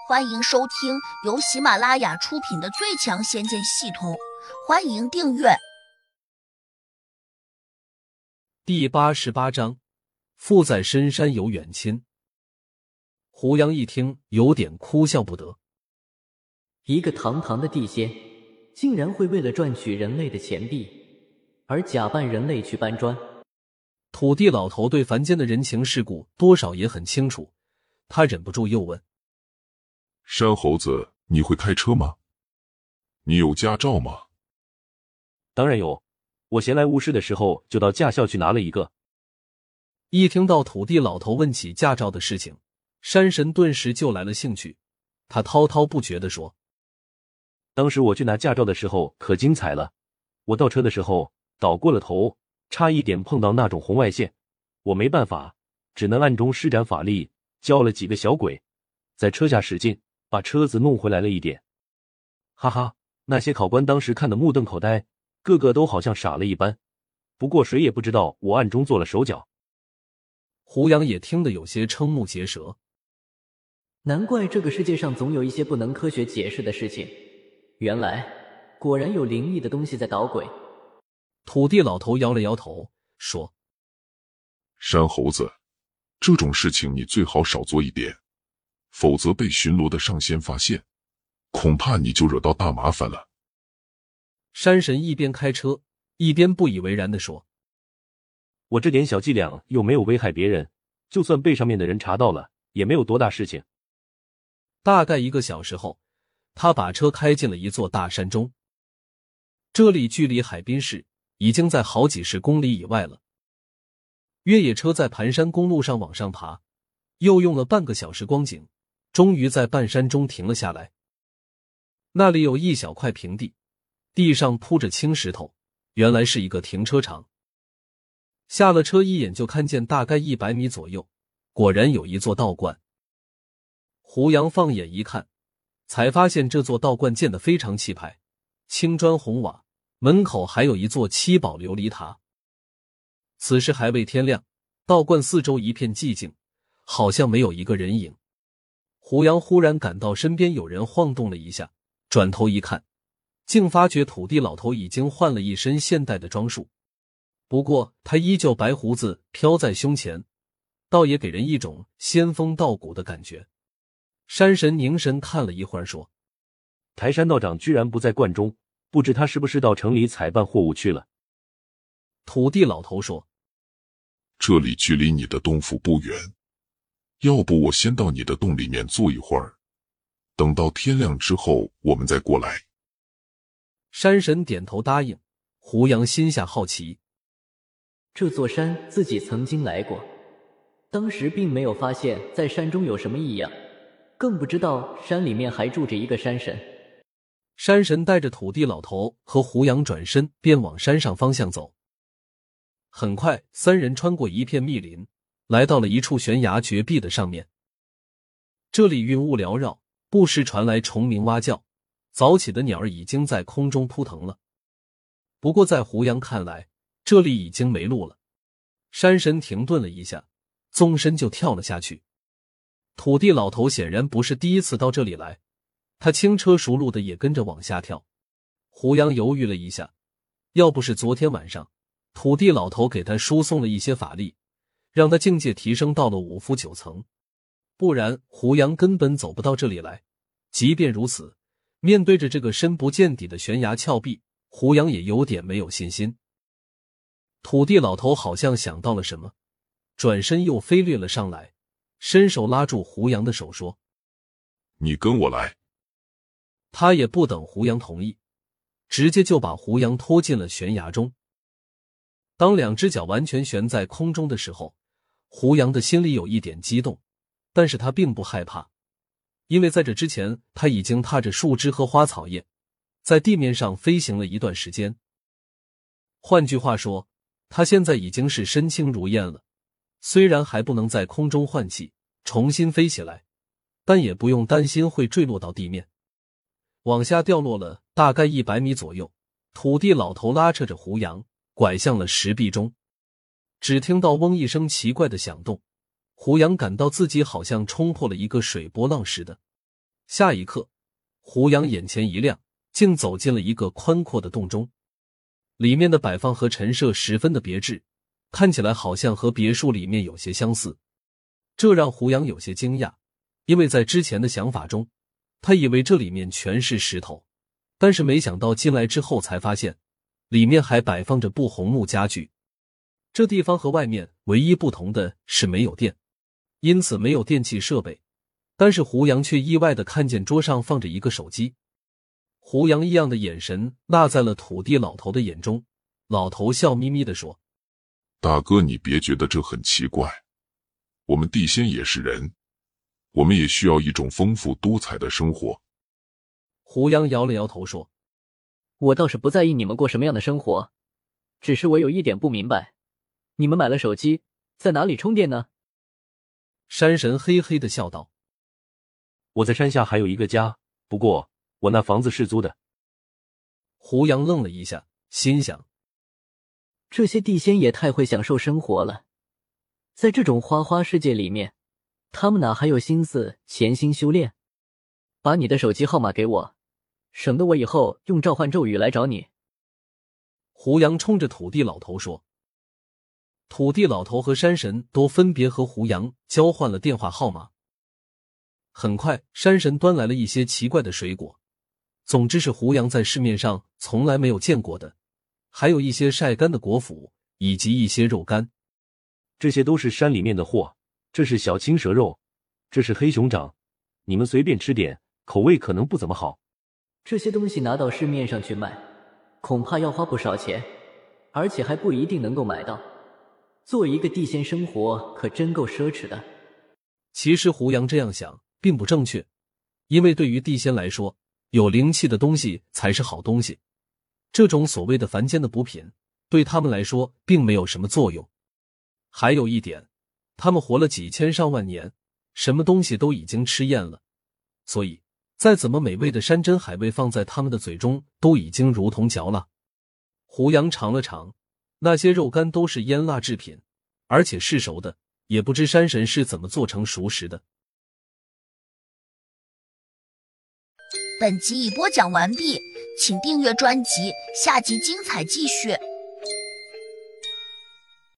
欢迎收听由喜马拉雅出品的《最强仙剑系统》，欢迎订阅。 第88章，父在深山有远亲。胡杨一听，有点哭笑不得。 一个堂堂的地仙，竟然会为了赚取人类的钱币，而假扮人类去搬砖。 土地老头对凡间的人情世故多少也很清楚，他忍不住又问： 山猴子，你会开车吗？你有驾照吗？ 当然有，我闲来无事的时候就到驾校去拿了一个。 一听到土地老头问起驾照的事情，山神顿时就来了兴趣，他滔滔不绝地说： 当时我去拿驾照的时候可精彩了，我倒车的时候倒过了头，差一点碰到那种红外线，我没办法，只能暗中施展法力，叫了几个小鬼，在车下使劲把车子弄回来了一点。哈哈，那些考官当时看得目瞪口呆，个个都好像傻了一般，不过谁也不知道我暗中做了手脚。 胡杨也听得有些瞠目结舌， 难怪这个世界上总有一些不能科学解释的事情，原来果然有灵异的东西在捣鬼。 土地老头摇了摇头说： 山猴子，这种事情你最好少做一点，否则被巡逻的上仙发现，恐怕你就惹到大麻烦了。 山神一边开车一边不以为然地说： 我这点小伎俩又没有危害别人，就算被上面的人查到了，也没有多大事情。 大概1个小时后，他把车开进了一座大山中。这里距离海滨市已经在好几十公里以外了。越野车在盘山公路上往上爬，又用了半个小时光景，终于在半山中停了下来。那里有一小块平地，地上铺着青石头，原来是一个停车场。下了车一眼就看见大概100米左右，果然有一座道观。胡杨放眼一看，才发现这座道观建得非常气派，青砖红瓦，门口还有一座7宝琉璃塔。此时还未天亮，道观四周一片寂静，好像没有一个人影。胡杨忽然感到身边有人晃动了一下，转头一看，竟发觉土地老头已经换了一身现代的装束，不过他依旧白胡子飘在胸前，倒也给人一种仙风道骨的感觉。山神凝神看了一会儿说： 台山道长居然不在观中，不知他是不是到城里采办货物去了。 土地老头说： 这里距离你的洞府不远，要不我先到你的洞里面坐一会儿，等到天亮之后我们再过来。 山神点头答应。胡杨心下好奇， 这座山自己曾经来过，当时并没有发现在山中有什么异样，更不知道山里面还住着一个山神。 山神带着土地老头和胡杨转身便往山上方向走。很快三人穿过一片密林，来到了一处悬崖绝壁的上面。这里云雾缭绕，不时传来虫鸣蛙叫，早起的鸟儿已经在空中扑腾了。不过在胡杨看来，这里已经没路了。山神停顿了一下，纵身就跳了下去。土地老头显然不是第一次到这里来，他轻车熟路的也跟着往下跳。胡杨犹豫了一下，要不是昨天晚上土地老头给他输送了一些法力，让他境界提升到了5府9层，不然胡杨根本走不到这里来。即便如此，面对着这个深不见底的悬崖峭壁，胡杨也有点没有信心。土地老头好像想到了什么，转身又飞掠了上来，伸手拉住胡杨的手说： 你跟我来。 他也不等胡杨同意，直接就把胡杨拖进了悬崖中。当2只脚完全悬在空中的时候，胡杨的心里有一点激动，但是他并不害怕，因为在这之前他已经踏着树枝和花草叶在地面上飞行了一段时间。换句话说，他现在已经是身轻如燕了，虽然还不能在空中换气重新飞起来，但也不用担心会坠落到地面。往下掉落了大概100米左右，土地老头拉扯着胡杨拐向了石壁中。只听到嗡一声奇怪的响动，胡杨感到自己好像冲破了一个水波浪似的， 下一刻，胡杨眼前一亮，竟走进了一个宽阔的洞中。里面的摆放和陈设十分的别致，看起来好像和别墅里面有些相似。这让胡杨有些惊讶，因为在之前的想法中，他以为这里面全是石头，但是没想到进来之后才发现，里面还摆放着不红木家具。这地方和外面唯一不同的是没有电，因此没有电器设备，但是胡杨却意外地看见桌上放着一个手机。胡杨异样的眼神落在了土地老头的眼中，老头笑眯眯地说： 大哥，你别觉得这很奇怪，我们地仙也是人，我们也需要一种丰富多彩的生活。 胡杨摇了摇头说： 我倒是不在意你们过什么样的生活，只是我有一点不明白，你们买了手机，在哪里充电呢？ 山神嘿嘿地笑道： 我在山下还有一个家，不过我那房子是租的。 胡杨愣了一下，心想： 这些地仙也太会享受生活了，在这种花花世界里面，他们哪还有心思潜心修炼？把你的手机号码给我，省得我以后用召唤咒语来找你。 胡杨冲着土地老头说。土地老头和山神都分别和胡杨交换了电话号码。很快，山神端来了一些奇怪的水果，总之是胡杨在市面上从来没有见过的，还有一些晒干的果脯以及一些肉干。 这些都是山里面的货，这是小青蛇肉，这是黑熊掌，你们随便吃点，口味可能不怎么好。 这些东西拿到市面上去卖，恐怕要花不少钱，而且还不一定能够买到。做一个地仙生活可真够奢侈的。 其实胡杨这样想并不正确，因为对于地仙来说，有灵气的东西才是好东西，这种所谓的凡间的补品对他们来说并没有什么作用。还有一点，他们活了几千上万年，什么东西都已经吃厌了，所以再怎么美味的山珍海味放在他们的嘴中都已经如同嚼蜡。胡杨尝了尝，那些肉干都是腌腊制品，而且是熟的，也不知山神是怎么做成熟食的。 本集已播讲完毕，请订阅专辑，下集精彩继续。